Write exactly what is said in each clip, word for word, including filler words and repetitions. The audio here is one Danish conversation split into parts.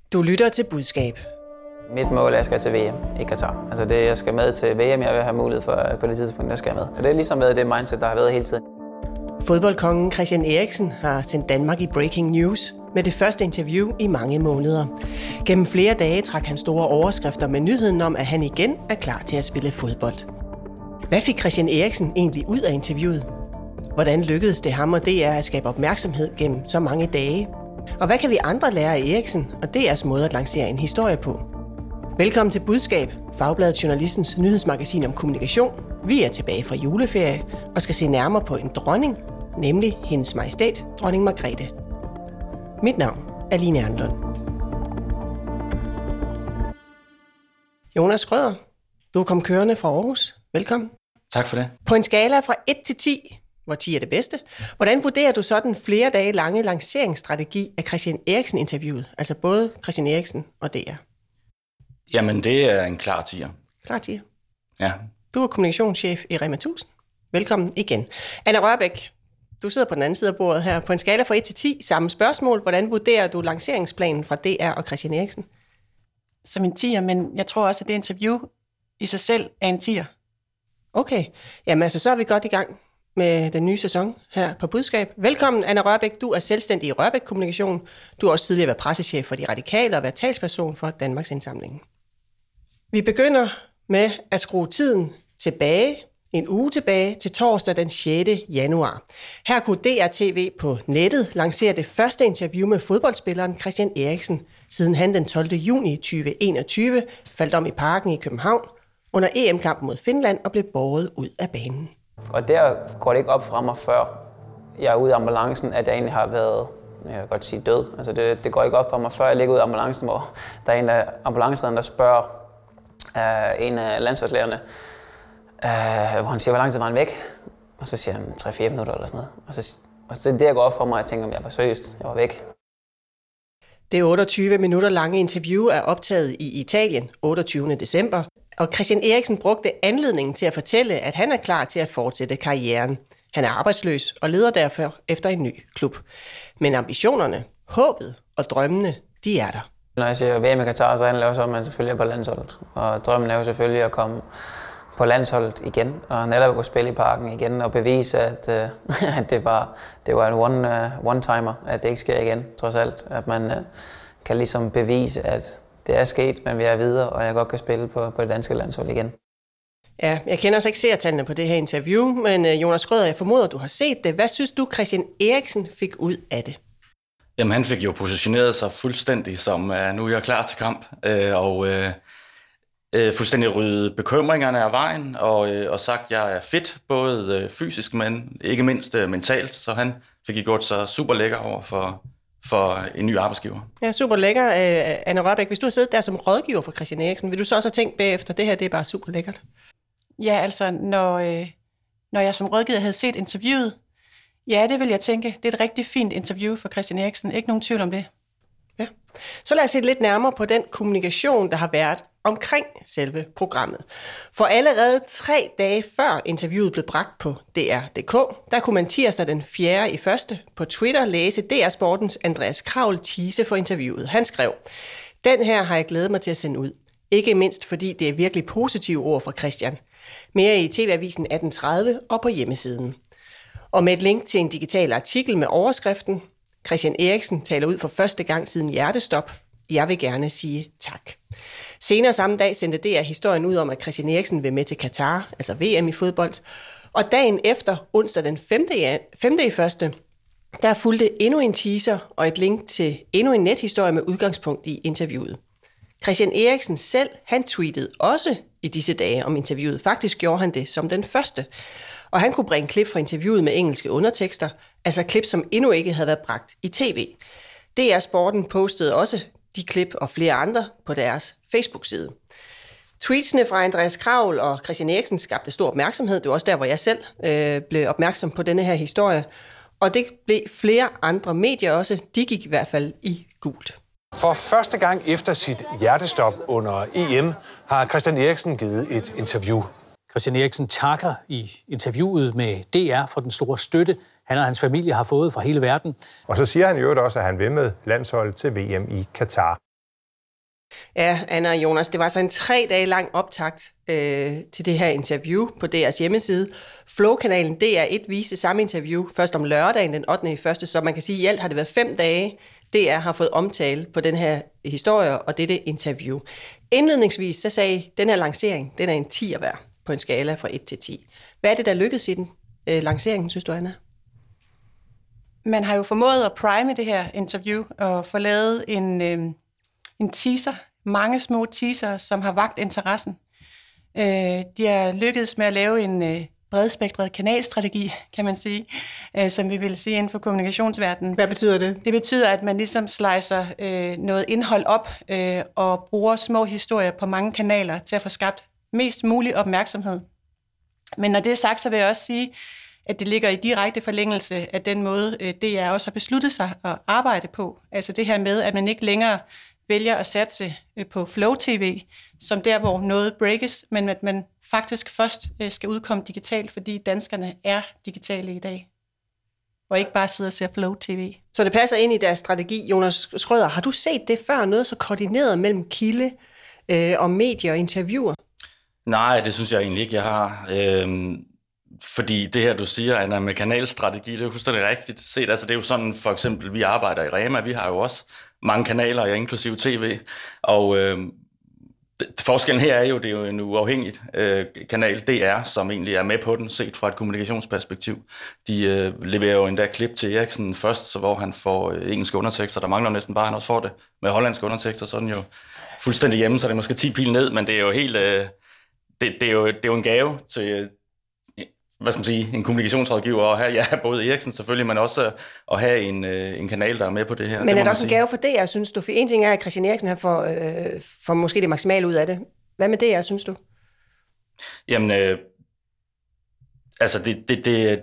Du lytter til Budskab. Mit mål er, at jeg skal til V M i Katar. Altså det, jeg skal med til V M, jeg vil have mulighed for på det tidspunkt, jeg skal med. Og det er ligesom været det mindset, der har været hele tiden. Fodboldkongen Christian Eriksen har sendt Danmark i breaking news med det første interview i mange måneder. Gennem flere dage trak han store overskrifter med nyheden om, at han igen er klar til at spille fodbold. Hvad fik Christian Eriksen egentlig ud af interviewet? Hvordan lykkedes det ham og D R at skabe opmærksomhed gennem så mange dage? Og hvad kan vi andre lære af Eriksen og D R's måde at lancere en historie på? Velkommen til Budskab, Fagbladet Journalistens nyhedsmagasin om kommunikation. Vi er tilbage fra juleferie og skal se nærmere på en dronning, nemlig hendes majestæt, dronning Margrethe. Mit navn er Line Ernlund. Jonas Schrøder, du er kommet kørende fra Aarhus. Velkommen. Tak for det. På en skala fra et til ti, hvor ti er det bedste, hvordan vurderer du så den flere dage lange lanceringsstrategi af Christian Eriksen-interviewet? Altså både Christian Eriksen og D R. Jamen, det er en klar tier. Klar tier. Ja. Du er kommunikationschef i Rema tusind. Velkommen igen. Anna Rørbæk, du sidder på den anden side af bordet her. På en skala fra et til ti, samme spørgsmål. Hvordan vurderer du lanceringsplanen fra D R og Christian Eriksen? Som en tier, men jeg tror også, at det interview i sig selv er en tier. Okay. Jamen altså, så er vi godt i gang med den nye sæson her på Budskab. Velkommen, Anna Rørbæk. Du er selvstændig i Rørbæk Kommunikation. Du har også tidligere været pressechef for De Radikale og været talsperson for Danmarks Indsamling. Vi begynder med at skrue tiden tilbage, en uge tilbage, til torsdag den sjette januar. Her kunne D R T V på nettet lancere det første interview med fodboldspilleren Christian Eriksen, siden han den tolvte juni to tusind og enogtyve faldt om i parken i København under E M-kampen mod Finland og blev båret ud af banen. Og der går det ikke op fra mig, før jeg er ude af ambulancen, at jeg egentlig har været, jeg kan godt sige død. Altså det, det går ikke op for mig, før jeg ligger ude af ambulancen, hvor der er en af ambulanceredderne, der spørger uh, en af landsholdslægerne, uh, hvor han siger, hvor lang tid var han væk? Og så siger han tre fire minutter eller sådan noget. Og så, og så det der går op for mig, at jeg tænker, om jeg var seriøst, jeg var væk. Det otteogtyve minutter lange interview er optaget i Italien otteogtyvende december, og Christian Eriksen brugte anledningen til at fortælle, at han er klar til at fortsætte karrieren. Han er arbejdsløs og leder derfor efter en ny klub. Men ambitionerne, håbet og drømmene, de er der. Når jeg siger V M i Katar, så handler det også om, at man selvfølgelig er på landsholdet. Og drømmen er jo selvfølgelig at komme på landsholdet igen, og netop gå spille i parken igen og bevise, at, uh, at det, var, det var en one, uh, one-timer, at det ikke sker igen, trods alt. At man uh, kan ligesom bevise, at det er sket, men vi er videre, og jeg godt kan spille på, på det danske landshold igen. Ja, jeg kender så ikke seertallene på det her interview, men uh, Jonas Schrøder, jeg formoder, du har set det. Hvad synes du, Christian Eriksen fik ud af det? Jamen, han fik jo positioneret sig fuldstændig som, uh, nu er jeg klar til kamp, uh, og uh, uh, fuldstændig ryddet bekymringerne af vejen, og, uh, og sagt, at jeg er fit, både uh, fysisk, men ikke mindst uh, mentalt, så han fik gjort sig super lækker over for, for en ny arbejdsgiver. Ja, super lækker. Uh, Anna Rørbæk, hvis du har siddet der som rådgiver for Christian Eriksen, vil du så også have tænkt bagefter, det her det er bare super lækkert? Ja, altså, når, øh, når jeg som rådgiver havde set interviewet, ja, det vil jeg tænke, det er et rigtig fint interview for Christian Eriksen. Ikke nogen tvivl om det. Ja. Så lad os se lidt nærmere på den kommunikation, der har været omkring selve programmet. For allerede tre dage før interviewet blev bragt på D R punktum d k, der kunne man tirsdag den fjerde i første på Twitter læse D R Sportens Andreas Kraul tease for interviewet. Han skrev, den her har jeg glædet mig til at sende ud. Ikke mindst fordi det er virkelig positive ord fra Christian. Mere i T V-avisen atten tredive og på hjemmesiden. Og med et link til en digital artikel med overskriften, Christian Eriksen taler ud for første gang siden hjertestop. Jeg vil gerne sige tak. Senere samme dag sendte D R historien ud om, at Christian Eriksen vil med til Katar, altså V M i fodbold. Og dagen efter, onsdag den femte i første, der fulgte endnu en teaser og et link til endnu en nethistorie med udgangspunkt i interviewet. Christian Eriksen selv, han tweetede også i disse dage om interviewet. Faktisk gjorde han det som den første. Og han kunne bringe klip fra interviewet med engelske undertekster, altså klip, som endnu ikke havde været bragt i tv. D R Sporten postede også de klip og flere andre på deres Facebook-side. Tweetsene fra Andreas Kraul og Christian Eriksen skabte stor opmærksomhed. Det var også der, hvor jeg selv øh, blev opmærksom på denne her historie. Og det blev flere andre medier også. De gik i hvert fald i gult. For første gang efter sit hjertestop under E M har Christian Eriksen givet et interview. Christian Eriksen takker i interviewet med D R for den store støtte, han og hans familie har fået fra hele verden. Og så siger han jo også, at han vil med landsholdet til V M i Katar. Ja, Anna og Jonas, det var så en tre dage lang optakt øh, til det her interview på D R's hjemmeside. Flow-kanalen D R et viste samme interview først om lørdagen den ottende første, så man kan sige, at i alt har det været fem dage, D R har fået omtale på den her historie og dette interview. Indledningsvis så sagde den her lancering, den er en tier værd på en skala fra et til ti. Hvad er det, der lykkedes i den øh, lancering, synes du, Anna? Man har jo formået at prime det her interview og få lavet en, øh, en teaser, mange små teaser, som har vakt interessen. Øh, de har lykkedes med at lave en øh, bredspektret kanalstrategi, kan man sige, øh, som vi vil sige inden for kommunikationsverdenen. Hvad betyder det? Det betyder, at man ligesom slicer øh, noget indhold op øh, og bruger små historier på mange kanaler til at få skabt mest mulig opmærksomhed. Men når det er sagt, så vil jeg også sige, at det ligger i direkte forlængelse af den måde, D R også har besluttet sig at arbejde på. Altså det her med, at man ikke længere vælger at satse på Flow T V, som der, hvor noget breakes, men at man faktisk først skal udkomme digitalt, fordi danskerne er digitale i dag, og ikke bare sidder og ser Flow T V. Så det passer ind i deres strategi. Jonas Schrøder, har du set det før, noget så koordineret mellem kilde øh, og medier og interviewer? Nej, det synes jeg egentlig ikke, jeg har. Øhm, fordi det her, du siger, Anna, med kanalstrategi, det er jo fuldstændig rigtigt set. Altså, det er jo sådan, for eksempel, vi arbejder i Rema, vi har jo også mange kanaler, inklusive tv, og øhm, forskellen her er jo, det er jo en uafhængig øh, kanal, D R, som egentlig er med på den, set fra et kommunikationsperspektiv. De øh, leverer jo endda klip til Eriksen først, så hvor han får øh, engelske undertekster. Der mangler næsten bare, han også får det med hollandske undertekster, så er den jo fuldstændig hjemme, så det er måske ti pil ned, men det er jo helt... Øh, det, det, er jo, det er jo en gave til... hvad skal man sige, en kommunikationsrådgiver at have, ja, både Eriksen selvfølgelig, men også at have en, en kanal, der er med på det her. Men det er der også sige. en gave for D R, synes du? For en ting er, at Christian Eriksen har får, øh, får måske det maksimale ud af det. Hvad med D R, synes du? Jamen, øh, altså det, det, det,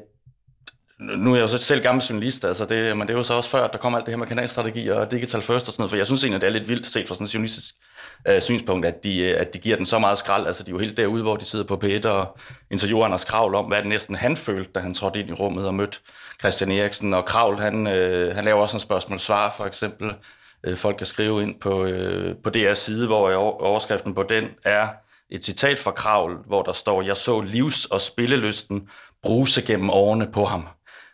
nu er jeg jo så selv gammel journalist, altså det, men det er jo så også før, at der kommer alt det her med kanalstrategi og digital first og sådan noget, for jeg synes egentlig, at det er lidt vildt set fra sådan en journalistisk øh, synspunkt, at de, at de giver den så meget skrald. Altså de er jo helt derude, hvor de sidder på P et og interviewer Anders Kravl om, hvad det næsten han følte, da han trådte ind i rummet og mødte Christian Eriksen. Og Kravl, han, øh, han laver også en spørgsmål-svar, for eksempel. Øh, folk kan skrive ind på, øh, på D R's side, hvor overskriften på den er et citat fra Kravl, hvor der står, jeg så livs- og spillelysten bruse gennem årene på ham.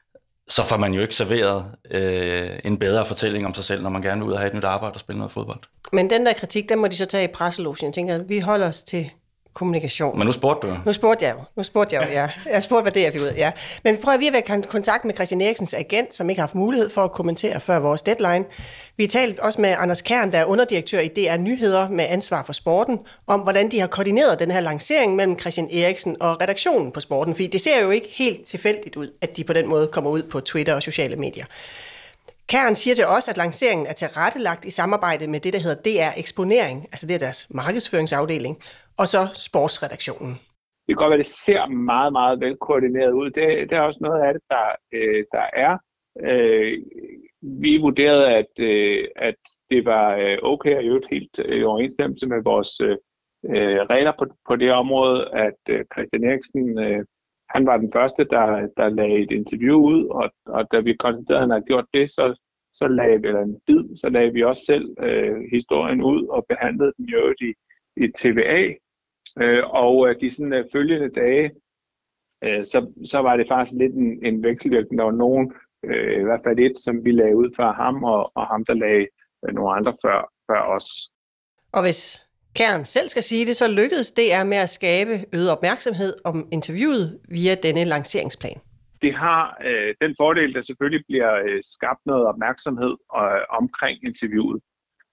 Så får man jo ikke serveret øh, en bedre fortælling om sig selv, når man gerne vil ud og have et nyt arbejde og spille noget fodbold. Men den der kritik, den må de så tage i presselogen. Jeg tænker, at vi holder os til kommunikation. Men nu spurgte du. Nu spurgte jeg jo. Nu spurgte jeg jo, ja. Jeg spurgte, hvad det er, fik ud af, ja. Men vi prøver vi at være i kontakt med Christian Eriksens agent, som ikke har haft mulighed for at kommentere før vores deadline. Vi har talt også med Anders Kern, der er underdirektør i D R Nyheder med ansvar for sporten, om hvordan de har koordineret den her lancering mellem Christian Eriksen og redaktionen på sporten. Fordi det ser jo ikke helt tilfældigt ud, at de på den måde kommer ud på Twitter og sociale medier. Kern siger til os, at lanceringen er tilrettelagt i samarbejde med det, der hedder D R Eksponering, altså det er deres markedsføringsafdeling, og så sportsredaktionen. Det kan godt være, at det ser meget, meget velkoordineret ud. Det, det er også noget af det, der, øh, der er. Øh, vi vurderede, at, øh, at det var okay og jo helt i overensstemmelse med vores øh, regler på, på det område, at øh, Christian Eriksen, øh, han var den første, der, der lagde et interview ud, og, og da vi konstaterede, at han havde gjort det, så, så lagde vi, eller en bid, så lagde vi også selv øh, historien ud og behandlede den jo i, i T V A. Øh, og de sådan, øh, følgende dage, øh, så, så var det faktisk lidt en, en vekselvirkning. Der var nogen, øh, i hvert fald et, som vi lagde ud for ham, og, og ham, der lagde øh, nogle andre før, før os. Og hvis Kern selv skal sige det, så lykkedes D R med at skabe øget opmærksomhed om interviewet via denne lanceringsplan. Det har øh, den fordel, der selvfølgelig bliver øh, skabt noget opmærksomhed øh, omkring interviewet.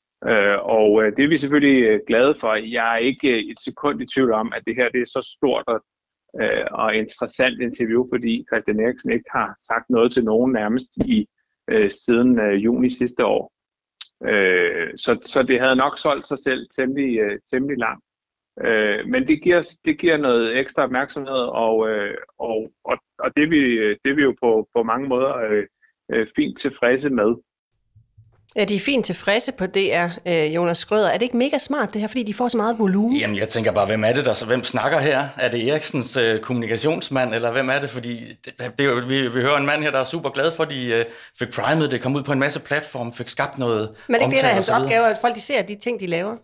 Øh, og øh, det er vi selvfølgelig øh, glade for. Jeg er ikke øh, et sekund i tvivl om, at det her det er så stort og, øh, og interessant interview, fordi Christian Eriksen ikke har sagt noget til nogen nærmest i øh, siden øh, juni sidste år. Øh, så, så det havde nok solgt sig selv temmelig, øh, temmelig langt. Øh, men det giver, det giver noget ekstra opmærksomhed, og, øh, og, og, og det, er vi, det er vi jo på, på mange måder øh, fint tilfredse med. Ja, de er fint tilfredse på D R, Jonas Schrøder. Er det ikke mega smart det her, fordi de får så meget volumen? Jamen, jeg tænker bare, hvem er det der? Så hvem snakker her? Er det Eriksens øh, kommunikationsmand, eller hvem er det? Fordi det, det er jo, vi, vi hører en mand her, der er super glad for, at de øh, fik primet det, kom ud på en masse platform, fik skabt noget. Men det er ikke det, der er hans opgave, at folk de ser de ting, de laver?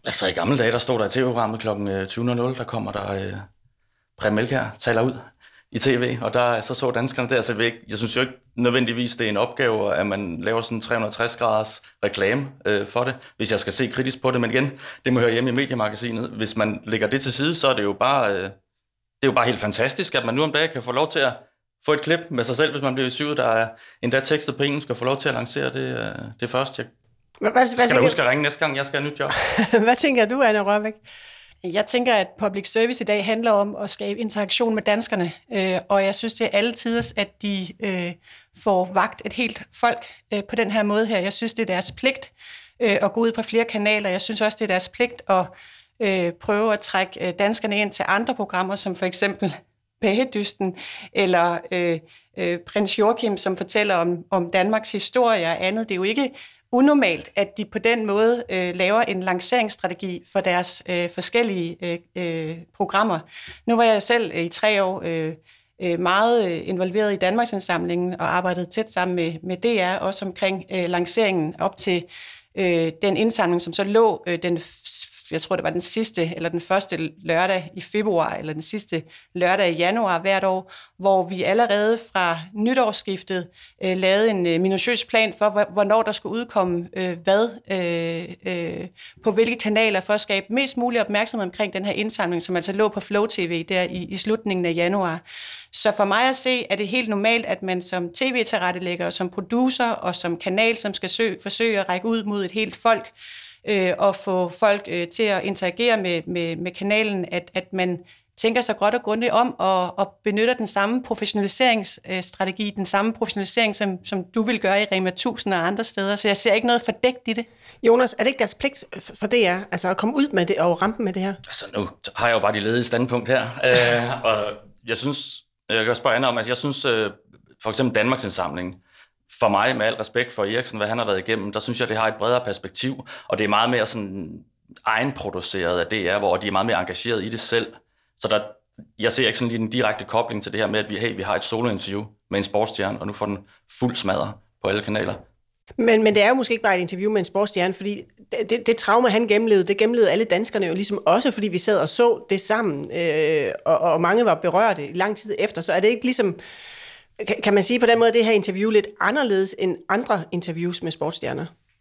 Altså i gamle dage, der stod der i tv-programmet klokken tyve nul nul, der kommer der øh, Preben Elkjær taler ud i tv, og der så så danskerne der, så jeg, jeg synes jo ikke nødvendigvis, det er en opgave, at man laver sådan en tre hundrede og tres graders reklame øh, for det, hvis jeg skal se kritisk på det, men igen, det må høre hjemme i Mediemagasinet. Hvis man lægger det til side, så er det jo bare, øh, det er jo bare helt fantastisk, at man nu om dagen kan få lov til at få et klip med sig selv, hvis man bliver i syvet, der er endda tekstet på engelsk, og få lov til at lancere det, øh, det først. Jeg hvad, hvad, skal da huske at ringe næste gang, jeg skal have et nyt job. Hvad tænker du, Anna Rørbæk? Jeg tænker, at public service i dag handler om at skabe interaktion med danskerne, øh, og jeg synes, det er alle tiders, at de øh, får vagt et helt folk øh, på den her måde her. Jeg synes, det er deres pligt øh, at gå ud på flere kanaler. Jeg synes også, det er deres pligt at øh, prøve at trække øh, danskerne ind til andre programmer, som for eksempel Bagedysten, eller øh, øh, Prins Joachim, som fortæller om, om Danmarks historie og andet. Det er jo ikke unormalt, at de på den måde øh, laver en lanceringsstrategi for deres øh, forskellige øh, øh, programmer. Nu var jeg selv øh, i tre år øh, øh, meget øh, involveret i Danmarksindsamlingen og arbejdede tæt sammen med, med D R, også omkring øh, lanceringen op til øh, den indsamling, som så lå øh, den jeg tror, det var den sidste, eller den første lørdag i februar, eller den sidste lørdag i januar hvert år, hvor vi allerede fra nytårsskiftet øh, lavede en øh, minutiøs plan for, hvornår der skulle udkomme øh, hvad øh, øh, på hvilke kanaler, for at skabe mest mulig opmærksomhed omkring den her indsamling, som altså lå på Flow T V der i, i slutningen af januar. Så for mig at se, er det helt normalt, at man som tv-tilrettelægger, og som producer og som kanal, som skal søge, forsøge at række ud mod et helt folk, øh, og få folk øh, til at interagere med, med, med kanalen, at, at man tænker sig godt og grundigt om og, og benytter den samme professionaliseringsstrategi, den samme professionalisering, som, som du vil gøre i Rema tusind og andre steder. Så jeg ser ikke noget fordækt i det. Jonas, er det ikke deres pligt for D R, altså at komme ud med det og rampe med det her? Altså nu har jeg jo bare de ledige standpunkt her, øh, og jeg synes, jeg kan spørge Anna om, altså jeg synes øh, for eksempel Danmarksindsamlingen, for mig, med al respekt for Eriksen, hvad han har været igennem, der synes jeg, det har et bredere perspektiv, og det er meget mere sådan egenproduceret af D R, hvor de er meget mere engageret i det selv. Så der, jeg ser ikke sådan lige en direkte kobling til det her med, at vi, hey, vi har et solointerview med en sportsstjerne, og nu får den fuld smadret på alle kanaler. Men, men det er jo måske ikke bare et interview med en sportsstjerne, fordi det, det, det traume, han gennemlevede, det gennemlevede alle danskerne jo ligesom også, fordi vi sad og så det sammen, øh, og, og mange var berørte i lang tid efter. Så er det ikke ligesom, kan, kan man sige på den måde, det her interview lidt anderledes end andre interviews med sportsstjerner?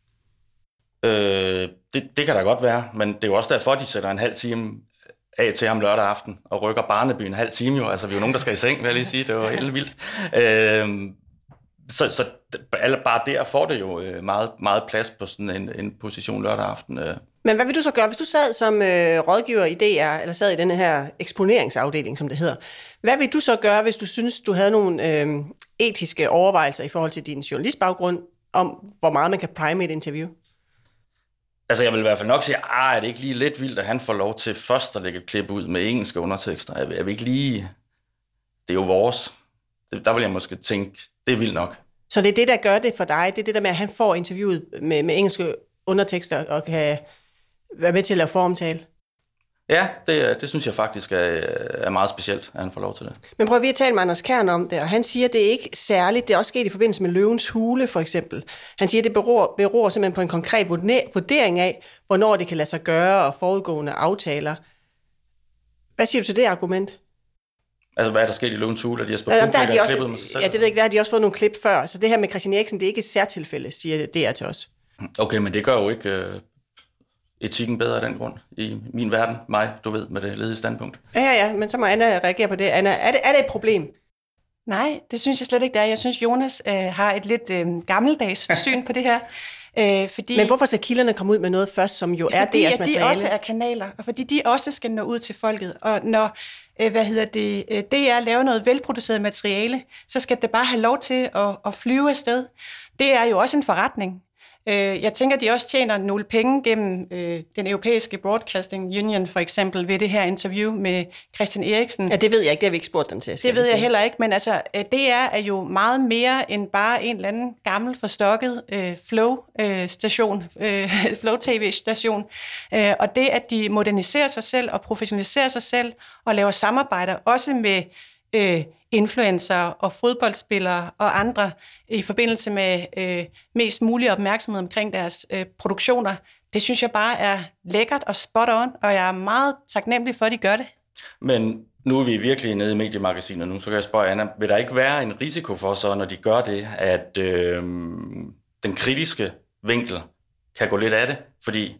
Øh, det, det kan da godt være, men det er jo også derfor, de sætter en halv time af til ham lørdag aften, og rykker Barneby en halv time jo. Altså, vi er jo nogen, der skal i seng, vil jeg lige sige. Det var helt vildt. Øh, så, så bare der får det jo meget, meget plads på sådan en, en position lørdag aften. Men hvad vil du så gøre, hvis du sad som øh, rådgiver i D R, eller sad i denne her eksponeringsafdeling, som det hedder? Hvad vil du så gøre, hvis du synes, du havde nogle øh, etiske overvejelser i forhold til din journalistbaggrund, om hvor meget man kan prime et interview? Altså, jeg vil i hvert fald nok sige, ah, er det ikke lige lidt vildt, at han får lov til først at lægge et klip ud med engelske undertekster? Er, er vi ikke lige... Det er jo vores. Det, der vil jeg måske tænke, det er vildt nok. Så det er det, der gør det for dig? Det er det der med, at han får interviewet med, med engelske undertekster og kan være med til at lave foromtale? Ja, det, det synes jeg faktisk er, er meget specielt, at han får lov til det. Men prøv at vi at tale med Anders Kern om det, og han siger, at det er ikke særligt. Det er også sket i forbindelse med Løvens Hule, for eksempel. Han siger, at det beror, beror simpelthen på en konkret vurdering af, hvornår det kan lade sig gøre og forudgående aftaler. Hvad siger du til det argument? Altså, hvad er der sket i Løvens Hule? At de har ja, der har de også, med sig selv? Ja, det ved jeg ikke. Der har de også fået nogle klip før. Så det her med Christian Eriksen, det er ikke et særtilfælde, siger D R til os. Okay, men det gør jo ikke... Øh... etikken bedre af den grund i min verden, mig, du ved, med det ledige standpunkt. Ja, ja, ja, men så må Anna reagere på det. Anna, er det, er det et problem? Nej, det synes jeg slet ikke, det er. Jeg synes, Jonas øh, har et lidt øh, gammeldags syn på det her. Øh, fordi, men hvorfor skal kilderne komme ud med noget først, som jo er D R's materiale? Fordi de også er kanaler, og fordi de også skal nå ud til folket. Og når øh, hvad hedder det, D R laver noget velproduceret materiale, så skal det bare have lov til at, at flyve afsted. Det er jo også en forretning. Jeg tænker, de også tjener nogle penge gennem øh, den europæiske Broadcasting Union, for eksempel, ved det her interview med Christian Eriksen. Ja, det ved jeg ikke. Det har vi ikke spurgt dem til. Det ved jeg heller ikke, men altså, D R er jo meget mere end bare en eller anden gammel, forstokket øh, Flow-station, øh, Flow-T V-station. Øh, og det, at de moderniserer sig selv og professionaliserer sig selv og laver samarbejder, også med øh, influencer og fodboldspillere og andre i forbindelse med øh, mest mulig opmærksomhed omkring deres øh, produktioner, det synes jeg bare er lækkert og spot on, og jeg er meget taknemmelig for, at de gør det. Men nu er vi virkelig nede i mediemagasinet nu, så kan jeg spørge Anna, vil der ikke være en risiko for så, når de gør det, at øh, den kritiske vinkel kan gå lidt af det? Fordi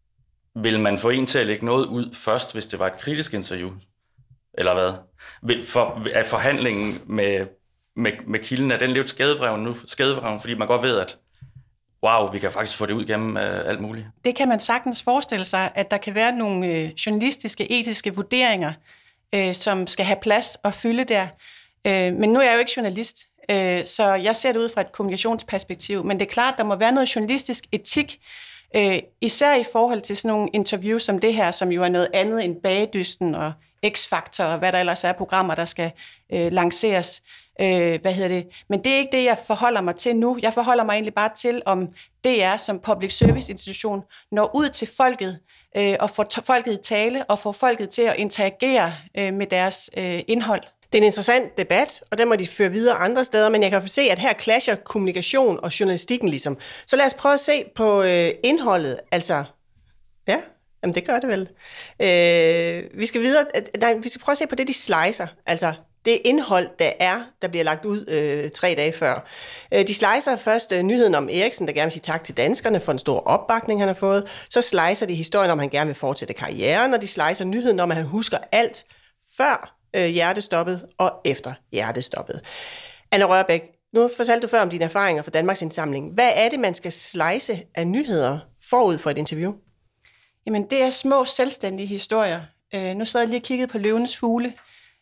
vil man få en til at lægge noget ud først, hvis det var et kritisk interview? Eller hvad? For, er forhandlingen med, med, med kilden, er den lidt skadevreven nu? Skadevreven, fordi man godt ved, at wow, vi kan faktisk få det ud gennem øh, alt muligt. Det kan man sagtens forestille sig, at der kan være nogle øh, journalistiske, etiske vurderinger, øh, som skal have plads og fylde der. Øh, men nu er jeg jo ikke journalist, øh, så jeg ser det ud fra et kommunikationsperspektiv. Men det er klart, der må være noget journalistisk etik, øh, især i forhold til sådan nogle interviews som det her, som jo er noget andet end Bagedysten og X-Factor og hvad der ellers er programmer, der skal øh, lanceres. Øh, hvad hedder det? Men det er ikke det, jeg forholder mig til nu. Jeg forholder mig egentlig bare til, om D R som public service institution når ud til folket øh, og får t- folket i tale og får folket til at interagere øh, med deres øh, indhold. Det er en interessant debat, og den må de føre videre andre steder, men jeg kan se, at her clasher kommunikation og journalistikken ligesom. Så lad os prøve at se på øh, indholdet. Altså, ja, jamen det gør det vel. Øh, vi skal videre, nej, vi skal prøve at se på det, de slicer. Altså, det indhold, der er, der bliver lagt ud øh, tre dage før. Øh, de slicer først øh, nyheden om Eriksen, der gerne vil sige tak til danskerne for en stor opbakning, han har fået. Så slicer de historien om, han gerne vil fortsætte karrieren, og de slicer nyheden om, at han husker alt før øh, hjertestoppet og efter hjertestoppet. Anna Rørbæk, nu fortalte du før om dine erfaringer fra Danmarks Indsamling. Hvad er det, man skal slice af nyheder forud for et interview? Jamen, det er små selvstændige historier. Øh, nu sad jeg lige og kiggede på Løvens Hule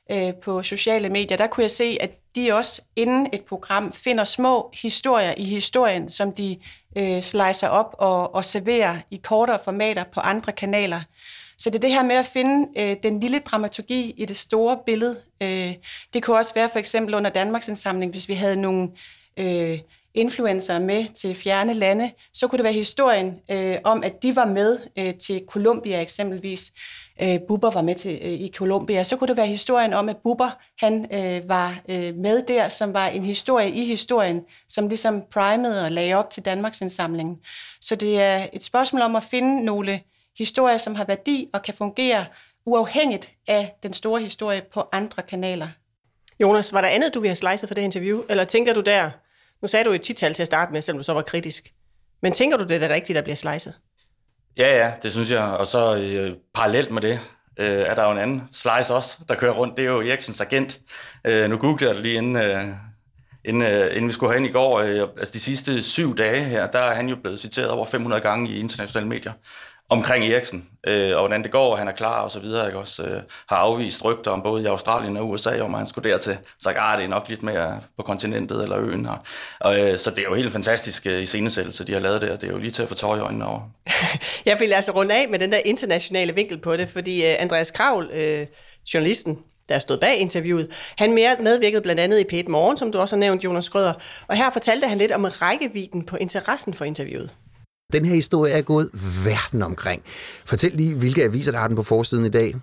på sociale medier, der kunne jeg se, at de også inden et program finder små historier i historien, som de øh, slicer op og, og serverer i kortere formater på andre kanaler. Så det er det her med at finde øh, den lille dramaturgi i det store billede. Øh, det kunne også være for eksempel under Danmarks Indsamling, hvis vi havde nogle øh, influencer med til fjerne lande, så kunne det være historien øh, om, at de var med øh, til Colombia eksempelvis. Øh, Bubber var med til øh, i Colombia. Så kunne det være historien om, at Bubber han øh, var øh, med der, som var en historie i historien, som ligesom primede og lagde op til Danmarks Indsamling. Så det er et spørgsmål om at finde nogle historier, som har værdi og kan fungere uafhængigt af den store historie på andre kanaler. Jonas, var der andet, du ville have slicet for det interview? Eller tænker du der, nu sagde du et tital til at starte med, selvom du så var kritisk, men tænker du, det er det rigtige, der bliver slicet? Ja, ja, det synes jeg. Og så øh, parallelt med det, øh, er der jo en anden slice også, der kører rundt. Det er jo Eriksens agent. Øh, nu googlede jeg det lige inden, øh, inden, øh, inden vi skulle have ind i går. Øh, altså de sidste syv dage her, der er han jo blevet citeret over fem hundrede gange i internationale medier omkring Eriksen, øh, og hvordan det går, og han er klar og så videre. Jeg også øh, har afvist rygter om både i Australien og U S A, om han skulle dertil. Så ah, det er nok lidt mere på kontinentet eller øen her. Og, øh, så det er jo helt fantastisk øh, iscenesættelse, de har lavet der. Det er jo lige til at få tårer i øjnene over. Jeg vil altså runde af med den der internationale vinkel på det, fordi øh, Andreas Kravl, øh, journalisten, der stod bag interviewet, han medvirkede blandt andet i P et Morgen, som du også har nævnt, Jonas Schrøder, og her fortalte han lidt om rækkevidden på interessen for interviewet. Den her historie er gået verden omkring. Fortæl lige, hvilke aviser, der har den på forsiden i dag?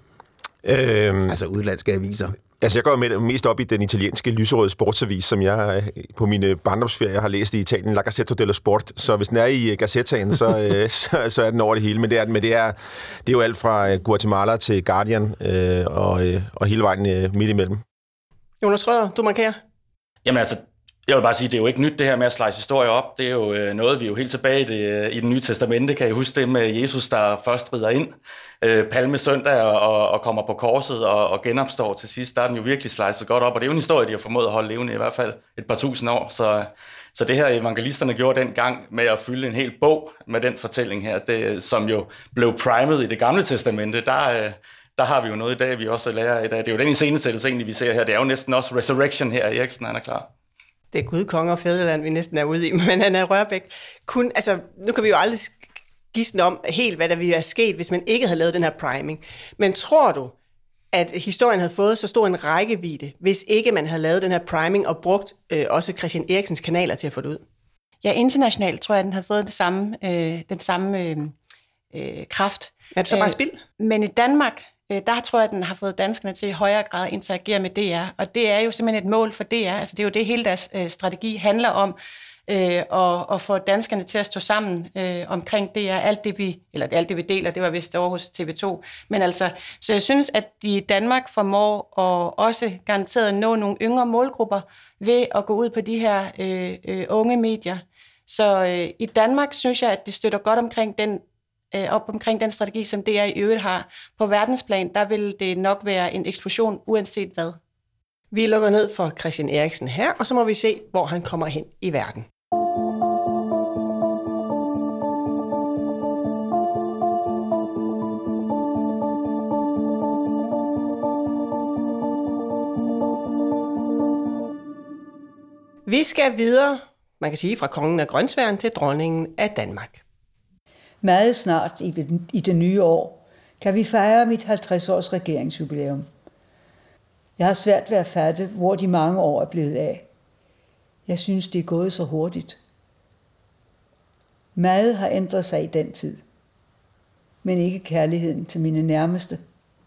Øhm, altså udlandske aviser. Altså jeg går med mest op i den italienske lyserøde sportsavis, som jeg på mine barndomsferier har læst i Italien, La Gazzetta dello Sport. Så hvis den er i Gazzettaen, så, så, så er den over det hele. Men det er, men det er, det er jo alt fra Guatemala til Guardian øh, og, og hele vejen øh, midt imellem. Jonas Schrøder, du markerer. Jamen altså, jeg vil bare sige, det er jo ikke nyt det her med at slice historier op. Det er jo øh, noget, vi er jo helt tilbage i det, i det nye testamente. Kan I huske det med Jesus, der først rider ind øh, palmesøndag og, og kommer på korset og, og genopstår til sidst? Der er den jo virkelig slicet godt op, og det er jo en historie, de har formået at holde levende i hvert fald et par tusind år. Så, så det her evangelisterne gjorde dengang med at fylde en hel bog med den fortælling her, det, som jo blev primet i det gamle testamente, der... Øh, Der har vi jo noget i dag, vi også lærer i dag. Det er jo den iscenesættelse egentlig, vi ser her. Det er jo næsten også resurrection her. Eriksen, han er klar. Det er Gud, konge og fædreland, vi næsten er ude i, men han er Rørbæk. Kun, altså, nu kan vi jo aldrig gisne om helt, hvad der ville være sket, hvis man ikke havde lavet den her priming. Men tror du, at historien havde fået så stor en rækkevidde, hvis ikke man havde lavet den her priming og brugt øh, også Christian Eriksens kanaler til at få det ud? Ja, internationalt tror jeg, at den har fået det samme, øh, den samme øh, øh, kraft. Er det så bare spild? Øh, men i Danmark, der tror jeg, at den har fået danskerne til i højere grad at interagere med D R, og det er jo simpelthen et mål for D R. Altså, det er jo det, hele deres øh, strategi handler om, øh, og, og få danskerne til at stå sammen øh, omkring det er alt det, vi, eller alt det, vi deler, det var vist over hos T V to. Men altså, så jeg synes, at de i Danmark formår at også garanteret nå nogle yngre målgrupper ved at gå ud på de her øh, øh, unge medier. Så øh, i Danmark synes jeg, at det støtter godt omkring den op omkring den strategi, som D R i øvrigt har. På verdensplan, der vil det nok være en eksplosion, uanset hvad. Vi lukker ned for Christian Eriksen her, og så må vi se, hvor han kommer hen i verden. Vi skal videre, man kan sige, fra kongen af Grønsværen til dronningen af Danmark. Meget snart i, i det nye år kan vi fejre mit halvtreds-års regeringsjubilæum. Jeg har svært ved at fatte, hvor de mange år er blevet af. Jeg synes, det er gået så hurtigt. Meget har ændret sig i den tid, men ikke kærligheden til mine nærmeste,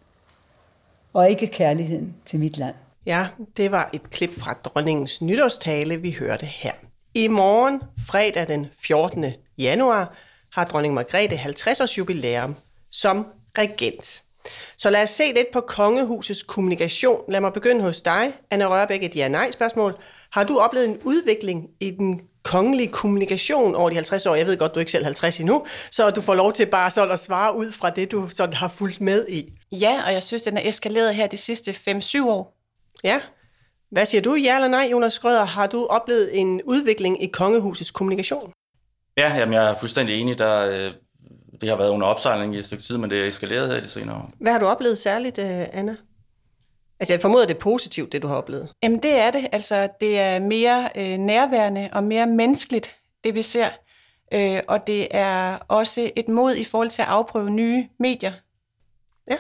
og ikke kærligheden til mit land. Ja, det var et klip fra dronningens nytårstale, vi hørte her. I morgen, fredag den fjortende januar, har dronning Margrethe halvtreds års jubilæum som regent. Så lad os se lidt på kongehusets kommunikation. Lad mig begynde hos dig, Anna Rørbæk, et ja-nej-spørgsmål. Har du oplevet en udvikling i den kongelige kommunikation over de halvtreds år? Jeg ved godt, du er ikke selv halvtreds endnu, så du får lov til bare sådan at svare ud fra det, du sådan har fulgt med i. Ja, og jeg synes, den er eskaleret her de sidste fem syv år. Ja. Hvad siger du, ja eller nej, Jonas Schrøder? Har du oplevet en udvikling i kongehusets kommunikation? Ja, jamen, jeg er fuldstændig enig. Der, øh, det har været under opsejling i et stykke tid, men det er eskaleret her i de senere år. Hvad har du oplevet særligt, Anna? Altså, jeg formoder, det er positivt, det du har oplevet. Jamen, det er det. Altså, det er mere øh, nærværende og mere menneskeligt, det vi ser. Øh, og det er også et mod i forhold til at afprøve nye medier. Ja.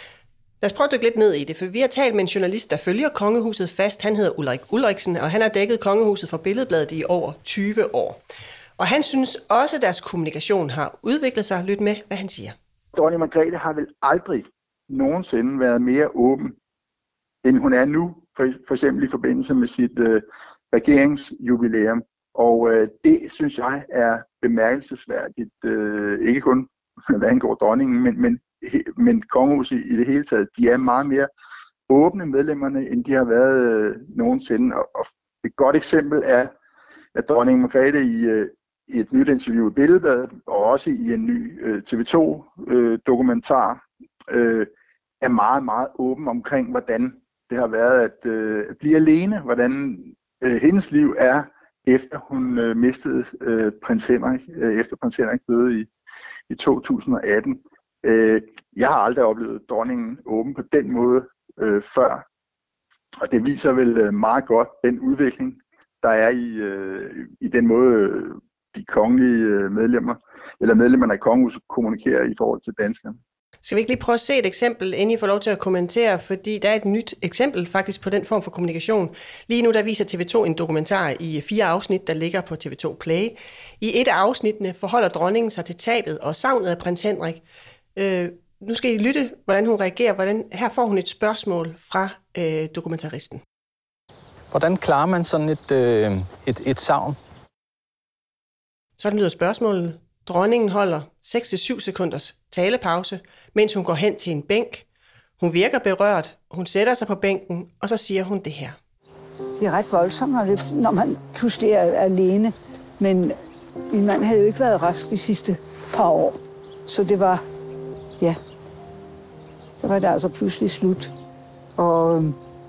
Lad os prøve at dykke lidt ned i det, for vi har talt med en journalist, der følger kongehuset fast. Han hedder Ulrik Ulriksen, og han har dækket kongehuset for Billedbladet i over tyve år. Og han synes også, at deres kommunikation har udviklet sig. Lyt med, hvad han siger. Dronning Margrethe har vel aldrig nogensinde været mere åben, end hun er nu, for, for eksempel i forbindelse med sit øh, regeringsjubilæum. Og øh, det synes jeg er bemærkelsesværdigt, øh, ikke kun hvad angår dronningen, men, men, men kongehuset i det hele taget. De er meget mere åbne medlemmerne, end de har været øh, nogensinde. Og, og et godt eksempel er, at dronning Margrethe i, øh, i et nyt interview i Billedbladet, og også i en ny øh, T V to dokumentar, øh, er meget, meget åben omkring, hvordan det har været at øh, blive alene, hvordan øh, hendes liv er, efter hun øh, mistede øh, prins Henrik, øh, efter prins Henrik døde i, i to tusind og atten. Øh, jeg har aldrig oplevet dronningen åben på den måde øh, før, og det viser vel øh, meget godt den udvikling, der er i, øh, i den måde, øh, de kongelige øh, medlemmer, eller medlemmerne af kongehuset kommunikerer i forhold til danskerne. Skal vi ikke lige prøve at se et eksempel, inden I får lov til at kommentere, fordi der er et nyt eksempel faktisk på den form for kommunikation. Lige nu der viser T V to en dokumentar i fire afsnit, der ligger på T V to Play. I et af afsnittene forholder dronningen sig til tabet og savnet af prins Henrik. Øh, nu skal I lytte, hvordan hun reagerer. Hvordan, her får hun et spørgsmål fra øh, dokumentaristen. Hvordan klarer man sådan et, øh, et, et savn? Sådan lyder spørgsmålet. Dronningen holder seks til syv sekunders talepause, mens hun går hen til en bænk. Hun virker berørt, hun sætter sig på bænken, og så siger hun det her. Det er ret voldsomt, når, det, når man pludselig er alene. Men min mand havde jo ikke været rask de sidste par år. Så det var, ja, så var det altså pludselig slut. Og,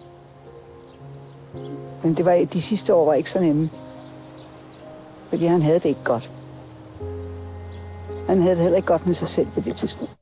men det var, de sidste år var ikke så nemme. Fordi han havde det ikke godt. Han havde det heller ikke godt med sig selv på det tidspunkt.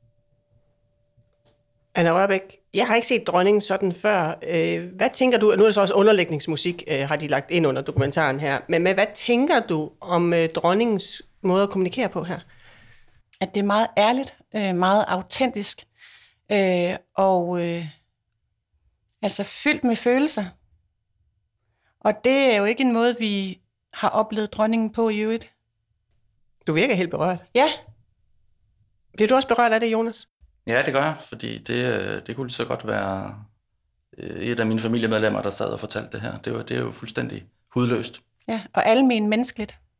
Anna Rørbæk, jeg har ikke set dronningen sådan før. Hvad tænker du, nu er det så også underlægningsmusik, har de lagt ind under dokumentaren her, men hvad tænker du om dronningens måde at kommunikere på her? At det er meget ærligt, meget autentisk, og altså fyldt med følelser. Og det er jo ikke en måde, vi har oplevet dronningen på i øvrigt. Du virker helt berørt. Ja. Bliver du også berørt af det, Jonas? Ja, det gør jeg, fordi det, det kunne så godt være et af mine familiemedlemmer, der sad og fortalte det her. Det var, det er jo fuldstændig hudløst. Ja, og almen menneskeligt.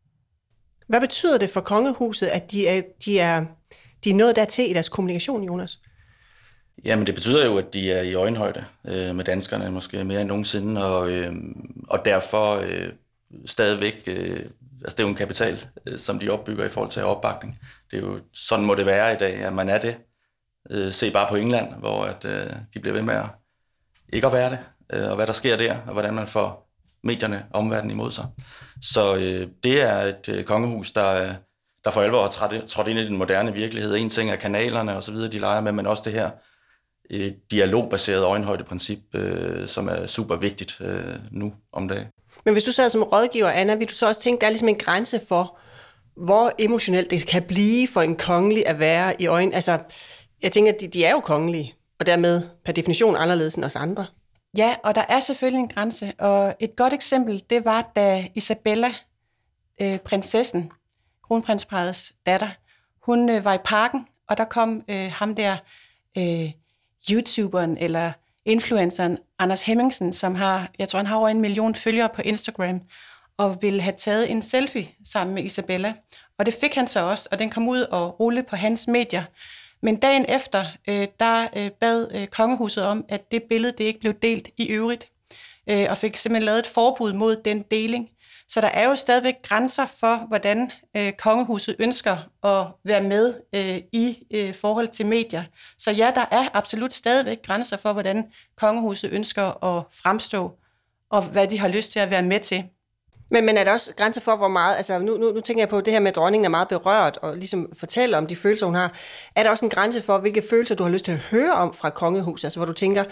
Hvad betyder det for kongehuset, at de er, de er, de er nået dertil i deres kommunikation, Jonas? Jamen, det betyder jo, at de er i øjenhøjde øh, med danskerne, måske mere end nogensinde, og, øh, og derfor øh, stadigvæk, øh, altså det er jo en kapital, øh, som de opbygger i forhold til opbakning. Det er jo, sådan må det være i dag, at man er det. Øh, se bare på England, hvor at, øh, de bliver ved med at ikke at være det, øh, og hvad der sker der, og hvordan man får medierne og omverdenen imod sig. Så øh, det er et øh, kongehus, der, der for alvor har trådt, trådt ind i den moderne virkelighed. En ting er kanalerne og så videre, de leger med, men også det her øh, dialogbaseret øjenhøjdeprincip, øh, som er super vigtigt øh, nu om dagen. Men hvis du sad som rådgiver, Anna, vil du så også tænke, der er ligesom en grænse for, hvor emotionelt det kan blive for en kongelig at være i øjen? Altså, jeg tænker, at de, de er jo kongelige, og dermed per definition anderledes end os andre. Ja, og der er selvfølgelig en grænse, og et godt eksempel, det var, da Isabella, øh, prinsessen, kronprinsparrets datter, hun øh, var i parken, og der kom øh, ham der, øh, YouTuberen eller influenceren Anders Hemmingsen, som har, jeg tror han har over en million følgere på Instagram, og ville have taget en selfie sammen med Isabella. Og det fik han så også, og den kom ud og rulle på hans medier. Men dagen efter, øh, der øh, bad øh, kongehuset om, at det billede det ikke blev delt i øvrigt, øh, og fik simpelthen lavet et forbud mod den deling. Så der er jo stadigvæk grænser for, hvordan øh, kongehuset ønsker at være med øh, i øh, forhold til medier. Så ja, der er absolut stadigvæk grænser for, hvordan kongehuset ønsker at fremstå, og hvad de har lyst til at være med til. Men, men er der også grænser for, hvor meget, altså nu, nu, nu tænker jeg på, det her med, at dronningen er meget berørt, og ligesom fortæller om de følelser, hun har. Er der også en grænse for, hvilke følelser, du har lyst til at høre om fra kongehuset? Altså hvor du tænker,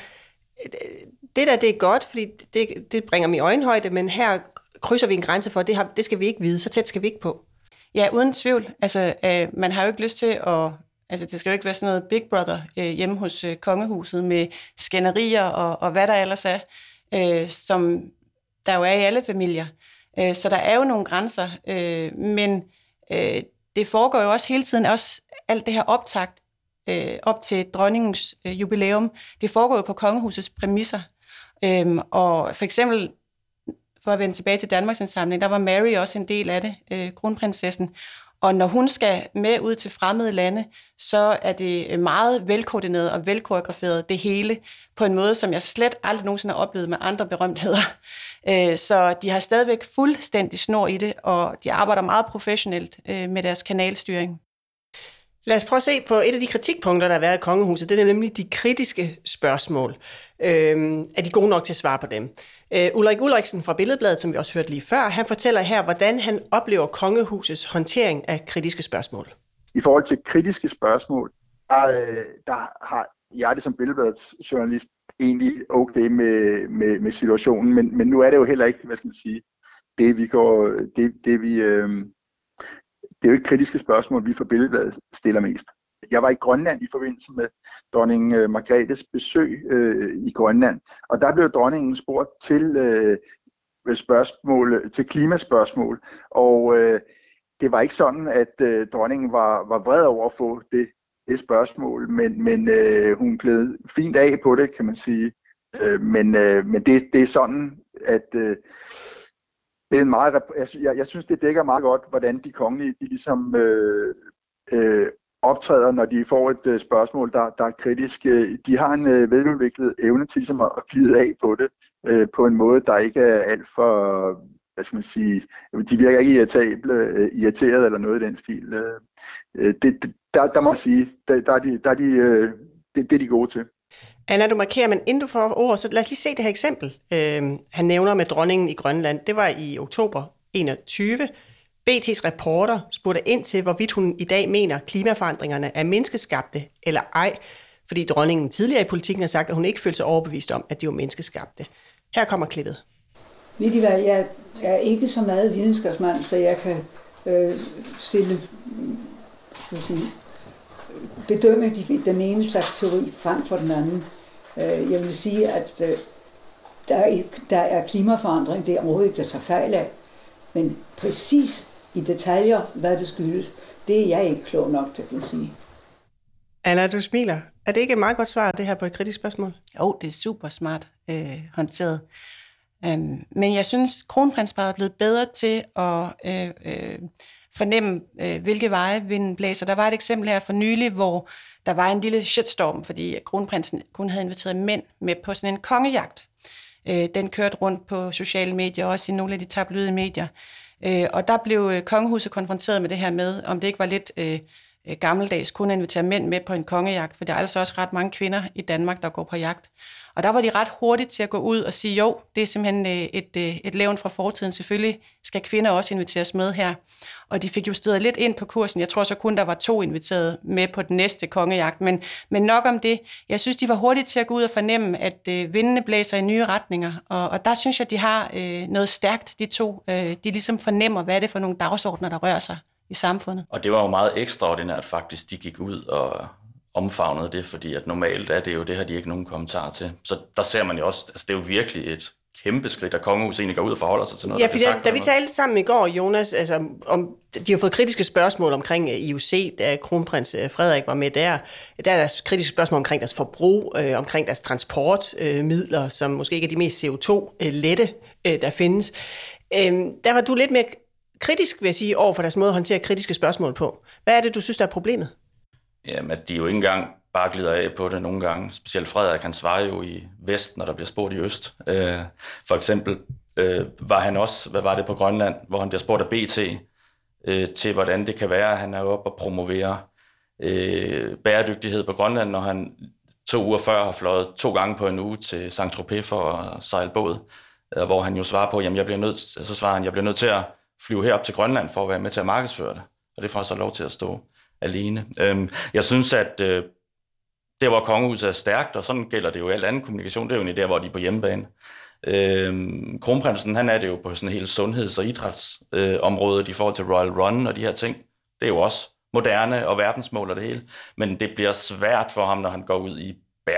det der, det er godt, fordi det, det bringer mig i øjenhøjde, men her krydser vi en grænse for, det, har, det skal vi ikke vide, så tæt skal vi ikke på. Ja, uden tvivl. Altså, øh, man har jo ikke lyst til at... Altså, det skal jo ikke være sådan noget Big Brother øh, hjemme hos øh, kongehuset med skænderier og, og hvad der ellers er, øh, som der jo er i alle familier. Øh, så der er jo nogle grænser, øh, men øh, det foregår jo også hele tiden, også alt det her optakt øh, op til dronningens øh, jubilæum, det foregår jo på kongehusets præmisser. Øh, og for eksempel, for at vende tilbage til Danmarks Indsamling, der var Mary også en del af det, øh, kronprinsessen. Og når hun skal med ud til fremmede lande, så er det meget velkoordineret og velkoreograferet det hele, på en måde, som jeg slet aldrig nogensinde har oplevet med andre berømtheder. Så de har stadigvæk fuldstændig snor i det, og de arbejder meget professionelt med deres kanalstyring. Lad os prøve at se på et af de kritikpunkter, der har været i kongehuset. Det er nemlig de kritiske spørgsmål. Øhm, er de gode nok til at svare på dem? Øh, Ulrik Ulriksen fra Billedbladet, som vi også hørte lige før, han fortæller her, hvordan han oplever kongehusets håndtering af kritiske spørgsmål. I forhold til kritiske spørgsmål, der, der har jeg det som Billedbladets journalist egentlig okay med, med, med situationen, men, men nu er det jo heller ikke, hvad skal man sige, det vi går, det, det vi, øh, det er jo ikke kritiske spørgsmål, vi fra Billedbladet stiller mest. Jeg var i Grønland i forbindelse med dronning Margrethes besøg øh, i Grønland, og der blev dronningen spurgt til øh, spørgsmål, til klimaspørgsmål, og øh, det var ikke sådan, at øh, dronningen var, var vred over at få det, det spørgsmål, men, men øh, hun gled fint af på det, kan man sige. Øh, men øh, men det, det er sådan, at øh, det er en meget, jeg, jeg synes, det dækker meget godt, hvordan de kongelige de ligesom øh, øh, optræder, når de får et øh, spørgsmål, der, der er kritisk. De har en øh, veludviklet evne til ligesom at, at glide af på det, øh, på en måde, der ikke er alt for, hvad skal man sige, de virker ikke irritable, øh, irriteret eller noget i den stil. Øh, det, der, der må jeg sige, der, der er de, der er de, øh, det, det er de gode til. Anna, du markerer, men inden du får ord, så lad os lige se det her eksempel. Øh, han nævner med dronningen i Grønland. Det var i oktober enogtyve. B T's reporter spurgte ind til, hvorvidt hun i dag mener, at klimaforandringerne er menneskeskabte eller ej, fordi dronningen tidligere i politikken har sagt, at hun ikke følte sig overbevist om, at de var menneskeskabte. Her kommer klippet. Ved I hvad, jeg er ikke så meget videnskabsmand, så jeg kan øh, stille, skal jeg sige, bedømme de, den ene slags teori frem for den anden. Øh, jeg vil sige, at øh, der, er, der er klimaforandring, det er overhovedet ikke, der tager fejl af. Men præcis i detaljer, hvad det skyldes, det er jeg ikke klog nok til at sige. Anna, du smiler. Er det ikke et meget godt svar, det her på et kritisk spørgsmål? Jo, det er super smart øh, håndteret. Um, men jeg synes, kronprinsparet er blevet bedre til at øh, øh, fornemme, øh, hvilke veje vinden blæser. Der var et eksempel her for nylig, hvor der var en lille shitstorm, fordi kronprinsen kun havde inviteret mænd med på sådan en kongejagt. Øh, den kørte rundt på sociale medier, også i nogle af de tabloide medier. Øh, og der blev kongehuset konfronteret med det her med, om det ikke var lidt øh, gammeldags kun at invitere mænd med på en kongejagt, for der er altså også ret mange kvinder i Danmark, der går på jagt. Og der var de ret hurtigt til at gå ud og sige, jo, det er simpelthen et, et levn fra fortiden. Selvfølgelig skal kvinder også inviteres med her. Og de fik justeret lidt ind på kursen. Jeg tror så kun, der var to inviteret med på den næste kongejagt. Men, men nok om det. Jeg synes, de var hurtigt til at gå ud og fornemme, at øh, vindene blæser i nye retninger. Og, og der synes jeg, de har øh, noget stærkt, de to. Øh, de ligesom fornemmer, hvad er det for nogle dagsordner, der rører sig i samfundet. Og det var jo meget ekstraordinært faktisk, de gik ud og omfavnede det, fordi at normalt er det jo, det har de ikke nogen kommentar til. Så der ser man jo også, altså det er jo virkelig et kæmpe skridt, at kongehuset egentlig går ud og forholder sig til noget. Ja, fordi da, da vi talte sammen i går, Jonas, altså, om, de har fået kritiske spørgsmål omkring I O C, da kronprins Frederik var med der. Der er der kritiske spørgsmål omkring deres forbrug, øh, omkring deres transportmidler, øh, som måske ikke er de mest C O to lette, øh, der findes. Øh, der var du lidt mere kritisk, vil jeg sige, over for deres måde at håndtere kritiske spørgsmål på. Hvad er det, du synes, der er problemet? Jamen, at de jo ikke engang bare glider af på det nogle gange. Specielt Frederik, han svarer jo i vest, når der bliver spurgt i øst. Øh, for eksempel øh, var han også, hvad var det på Grønland, hvor han bliver spurgt af B T, øh, til hvordan det kan være, at han er oppe og promovere øh, bæredygtighed på Grønland, når han to uger før har fløjet to gange på en uge til Saint-Tropez for at sejle båd, øh, hvor han jo svarer på, jamen jeg bliver nødt, så svarer han, jeg bliver nødt til at flyve herop til Grønland for at være med til at markedsføre det. Og det får så lov til at stå alene. Øhm, jeg synes, at øh, der, hvor kongehuset er stærkt, og sådan gælder det jo alt anden kommunikation, det er jo egentlig der, hvor de er på hjemmebane. Øhm, kronprinsen, han er det jo på sådan hele sundheds- og idrætsområdet øh, i forhold til Royal Run og de her ting. Det er jo også moderne og verdensmål og det hele. Men det bliver svært for ham, når han går ud i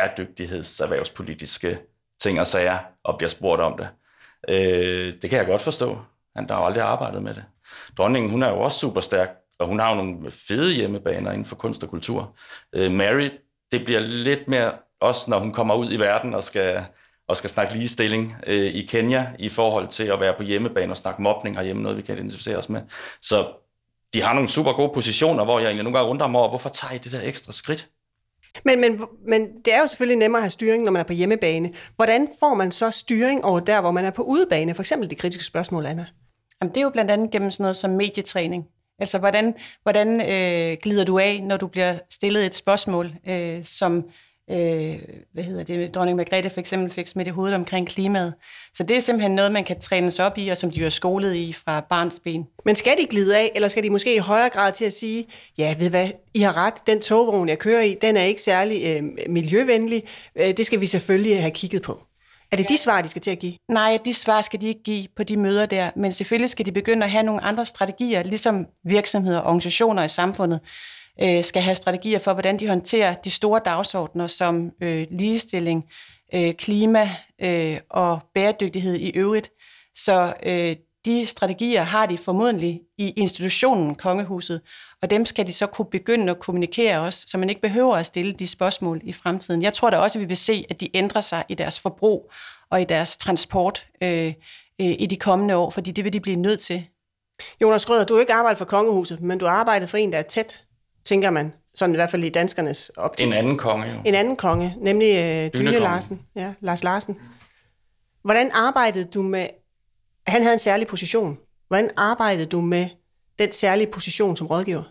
bæredygtighedserhvervspolitiske ting og sager og bliver spurgt om det. Øh, det kan jeg godt forstå. Han har jo aldrig arbejdet med det. Dronningen, hun er jo også super stærk, og hun har jo nogle fede hjemmebaner inden for kunst og kultur. Øh, Mary, det bliver lidt mere også, når hun kommer ud i verden og skal, og skal snakke ligestilling øh, i Kenya i forhold til at være på hjemmebane og snakke mobning herhjemme, noget vi kan identificere os med. Så de har nogle super gode positioner, hvor jeg egentlig nogle gange undrer mig over, hvorfor tager I det der ekstra skridt? Men, men, men det er jo selvfølgelig nemmere at have styring, når man er på hjemmebane. Hvordan får man så styring over der, hvor man er på udebane? For eksempel de kritiske spørgsmål, Anna. Jamen, det er jo blandt andet gennem sådan noget som medietræning. Altså, hvordan, hvordan øh, glider du af, når du bliver stillet et spørgsmål, øh, som øh, hvad hedder det, dronning Margrethe for eksempel fik smidt i hovedet omkring klimaet. Så det er simpelthen noget, man kan trænes op i, og som de er skolet i fra barnsben. Men skal de glide af, eller skal de måske i højere grad til at sige, ja, ved hvad, I har ret, den togvogn, jeg kører i, den er ikke særlig øh, miljøvenlig, øh, det skal vi selvfølgelig have kigget på. Er det de svar, de skal til at give? Nej, de svar skal de ikke give på de møder der, men selvfølgelig skal de begynde at have nogle andre strategier, ligesom virksomheder og organisationer i samfundet øh, skal have strategier for, hvordan de håndterer de store dagsordner som øh, ligestilling, øh, klima øh, og bæredygtighed i øvrigt. Så øh, de strategier har de formodentlig i institutionen Kongehuset, og dem skal de så kunne begynde at kommunikere også, så man ikke behøver at stille de spørgsmål i fremtiden. Jeg tror da også, at vi vil se, at de ændrer sig i deres forbrug og i deres transport øh, øh, i de kommende år, fordi det vil de blive nødt til. Jonas Schrøder, du har ikke arbejdet for Kongehuset, men du har arbejdet for en, der er tæt, tænker man, sådan i hvert fald i danskernes optik. En anden konge jo. En anden konge, nemlig øh, Dyne Larsen. Ja, Lars Larsen. Hvordan arbejdede du med... Han havde en særlig position. Hvordan arbejdede du med den særlige position som rådgiver?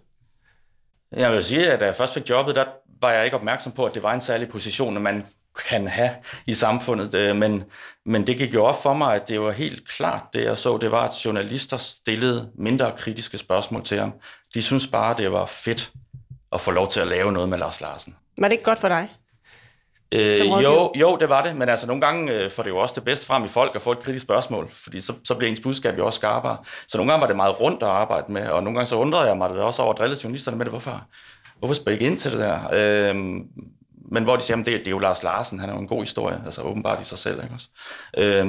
Jeg vil sige, at da jeg først fik jobbet, der var jeg ikke opmærksom på, at det var en særlig position, at man kan have i samfundet. Men, men det gik jo op for mig, at det var helt klart, det jeg så, det var, at journalister stillede mindre kritiske spørgsmål til ham. De synes bare, det var fedt at få lov til at lave noget med Lars Larsen. Var det ikke godt for dig? Øh, jo, jo, det var det, men altså nogle gange øh, får det jo også det bedste frem i folk at få et kritisk spørgsmål, fordi så, så bliver ens budskab jo også skarpere. Så nogle gange var det meget rundt at arbejde med, og nogle gange så undrede jeg mig det også over at drille journalisterne med det. Hvorfor, hvorfor spørger I ikke ind til det der? Øh, men hvor de siger, at det, det er jo Lars Larsen, han er jo en god historie, altså åbenbart i sig selv. Ikke også? Øh,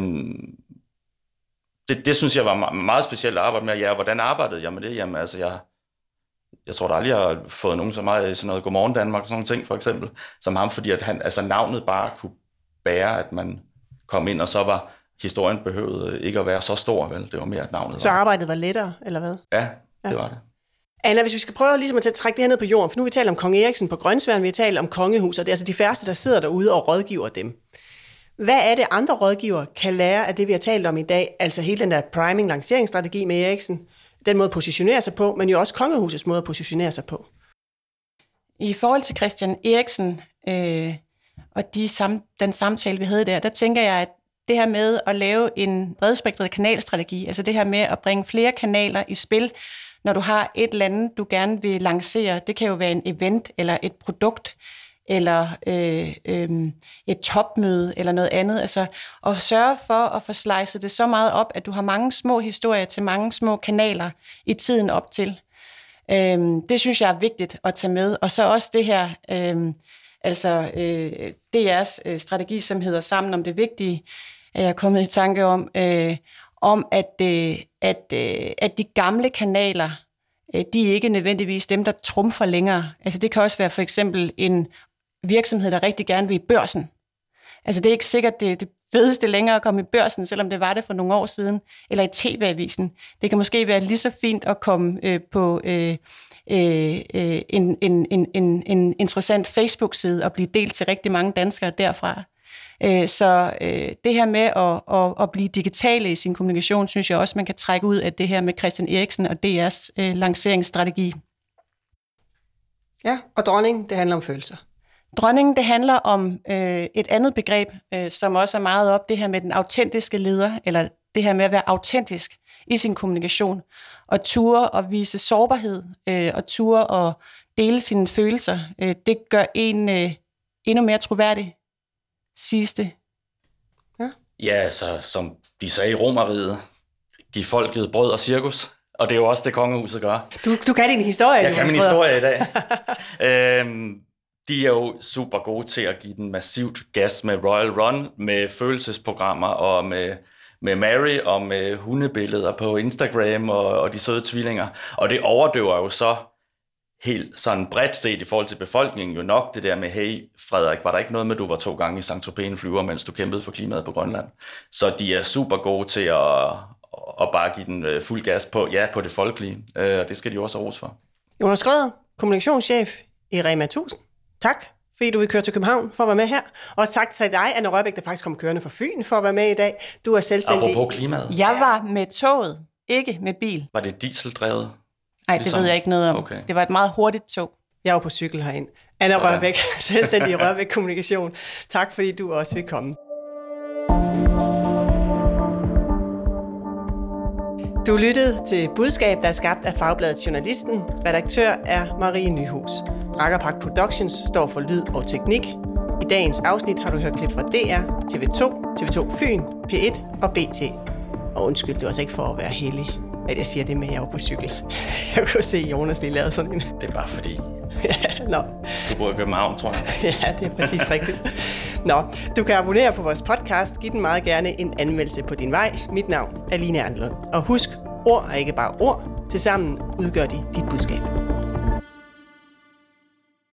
det, det synes jeg var meget specielt at arbejde med. Ja, hvordan arbejdede jeg med det? Jamen altså, jeg... Jeg tror da aldrig, jeg har fået nogen så meget sådan noget Godmorgen Danmark og sådan nogle ting, for eksempel, som ham, fordi at han, altså navnet bare kunne bære, at man kom ind, og så var historien behøvet ikke at være så stor, vel? Det var mere, at navnet Så var. arbejdet var lettere, eller hvad? Ja, Ja. Det var det. Anna, hvis vi skal prøve ligesom at trække det her ned på jorden, for nu har vi talt om Kong Eriksen på Grønsværen, vi har talt om kongehus, og det er altså de færreste, der sidder derude og rådgiver dem. Hvad er det, andre rådgivere kan lære af det, vi har talt om i dag? Altså hele den der priming-lanceringsstrategi med Eriksen, den måde at positionere sig på, men jo også kongehusets måde at positionere sig på. I forhold til Christian Eriksen øh, og de sam, den samtale, vi havde der, der tænker jeg, at det her med at lave en bredspektret kanalstrategi, altså det her med at bringe flere kanaler i spil, når du har et eller andet, du gerne vil lancere, det kan jo være en event eller et produkt, eller øh, øh, et topmøde, eller noget andet. Altså at sørge for at få slicet det så meget op, at du har mange små historier til mange små kanaler i tiden op til. Øh, det synes jeg er vigtigt at tage med. Og så også det her, øh, altså øh, D R's øh, strategi, som hedder Sammen om det vigtige, er jeg kommet i tanke om, øh, om at, øh, at, øh, at de gamle kanaler, øh, de er ikke nødvendigvis dem, der trumfer længere. Altså det kan også være for eksempel en virksomhed, der rigtig gerne vil i børsen. Altså det er ikke sikkert, det er det fedeste længere at komme i børsen, selvom det var det for nogle år siden, eller i T V-avisen. Det kan måske være lige så fint at komme øh, på øh, øh, en, en, en, en, en interessant Facebook-side og blive delt til rigtig mange danskere derfra. Øh, så øh, det her med at, at, at blive digitale i sin kommunikation, synes jeg også, man kan trække ud af det her med Christian Eriksen og D R's øh, lanceringsstrategi. Ja, og dronning, det handler om følelser. Dronningen, det handler om øh, et andet begreb, øh, som også er meget op, det her med den autentiske leder, eller det her med at være autentisk i sin kommunikation, og ture og vise sårbarhed, øh, og ture og dele sine følelser. Øh, det gør en øh, endnu mere troværdig, siges det. Ja, ja altså, som de sagde i Romerriget, giv folket brød og cirkus. Og det er jo også det, kongehuset gør. Du, du kan din historie. Jeg kan min historie i dag. øhm, de er jo super gode til at give den massivt gas med Royal Run, med følelsesprogrammer og med, med Mary og med hundebilleder på Instagram og, og de søde tvillinger. Og det overdøver jo så helt sådan bredt set i forhold til befolkningen jo nok det der med, hey Frederik, var der ikke noget med, du var to gange i Saint-Tropez flyver, mens du kæmpede for klimaet på Grønland? Så de er super gode til at, at bare give den fuld gas på, ja, på det folkelige, og det skal de også have ros for. Jonas Schrøder, kommunikationschef i Rema tusind. Tak, fordi du vil køre til København for at være med her. Og tak til dig, Anna Rørbæk, der faktisk kom kørende fra Fyn for at være med i dag. Du er selvstændig. Apropos klimaet. Jeg var med toget, ikke med bil. Var det dieseldrevet? Nej, det ligesom? ved jeg ikke noget om. Okay. Det var et meget hurtigt tog. Jeg var på cykel herind. Anna Sådan. Rørbæk, selvstændig i Rørbæk Kommunikation. Tak, fordi du også vil komme. Du lyttede til Budskab, der er skabt af Fagbladet Journalisten. Redaktør er Marie Nyhus. Rakkerpark Productions står for lyd og teknik. I dagens afsnit har du hørt klip fra D R, T V to, T V to Fyn, P et og B T. Og undskyld, det var altså ikke for at være heldig, at jeg siger det med, at jeg var på cykel. Jeg kunne se, Jonas lige lavede sådan en. Det er bare fordi... ja, nå. Du bor i København, tror jeg. ja, det er præcis rigtigt. Nå, du kan abonnere på vores podcast. Giv den meget gerne en anmeldelse på din vej. Mit navn er Line Arnlund. Og husk, ord er ikke bare ord. Tilsammen udgør de dit budskab.